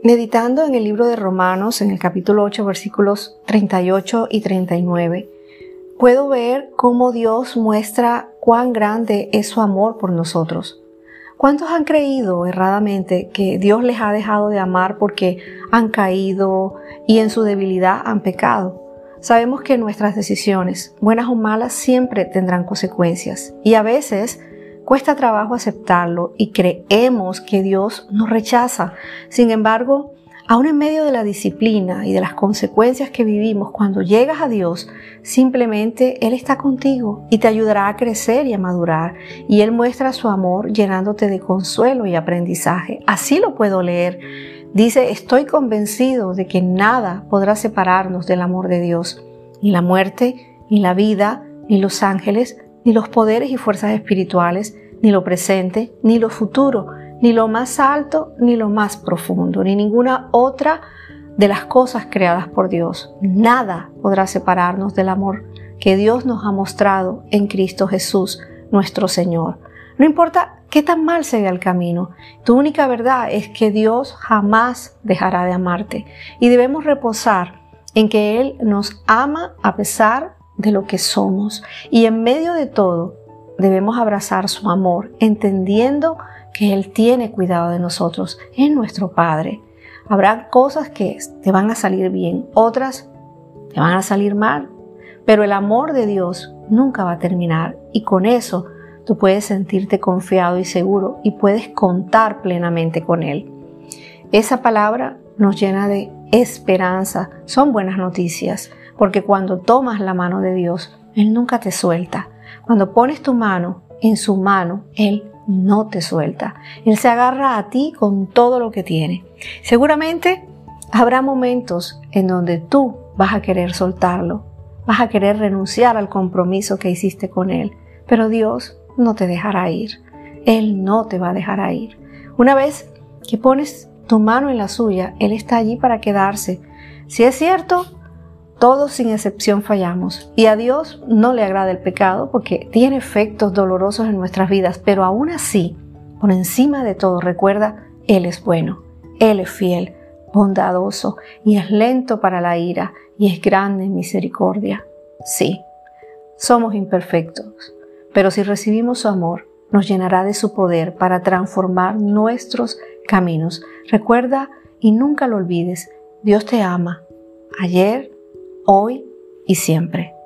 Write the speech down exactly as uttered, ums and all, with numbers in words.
Meditando en el libro de Romanos, en el capítulo ocho, versículos treinta y ocho y treinta y nueve, puedo ver cómo Dios muestra cuán grande es su amor por nosotros. ¿Cuántos han creído erradamente que Dios les ha dejado de amar porque han caído y en su debilidad han pecado? Sabemos que nuestras decisiones, buenas o malas, siempre tendrán consecuencias y a veces cuesta trabajo aceptarlo y creemos que Dios nos rechaza. Sin embargo, aún en medio de la disciplina y de las consecuencias que vivimos, cuando llegas a Dios, simplemente Él está contigo y te ayudará a crecer y a madurar. Y Él muestra su amor llenándote de consuelo y aprendizaje. Así lo puedo leer. Dice, estoy convencido de que nada podrá separarnos del amor de Dios. Ni la muerte, ni la vida, ni los ángeles, ni los poderes y fuerzas espirituales, ni lo presente, ni lo futuro, ni lo más alto, ni lo más profundo, ni ninguna otra de las cosas creadas por Dios. Nada podrá separarnos del amor que Dios nos ha mostrado en Cristo Jesús, nuestro Señor. No importa qué tan mal se vea el camino, tu única verdad es que Dios jamás dejará de amarte y debemos reposar en que Él nos ama a pesar de lo que somos, y en medio de todo debemos abrazar su amor, entendiendo que Él tiene cuidado de nosotros, es nuestro Padre. Habrá cosas que te van a salir bien, otras te van a salir mal, pero el amor de Dios nunca va a terminar y con eso tú puedes sentirte confiado y seguro y puedes contar plenamente con Él. Esa palabra nos llena de esperanza, son buenas noticias. Porque cuando tomas la mano de Dios, Él nunca te suelta. Cuando pones tu mano en su mano, Él no te suelta. Él se agarra a ti con todo lo que tiene. Seguramente habrá momentos en donde tú vas a querer soltarlo, vas a querer renunciar al compromiso que hiciste con Él, pero Dios no te dejará ir. Él no te va a dejar ir. Una vez que pones tu mano en la suya, Él está allí para quedarse. Si es cierto, todos sin excepción fallamos y a Dios no le agrada el pecado porque tiene efectos dolorosos en nuestras vidas, pero aún así, por encima de todo, recuerda, Él es bueno, Él es fiel, bondadoso y es lento para la ira y es grande en misericordia. Sí, somos imperfectos, pero si recibimos su amor, nos llenará de su poder para transformar nuestros caminos. Recuerda y nunca lo olvides, Dios te ama, ayer, hoy y siempre.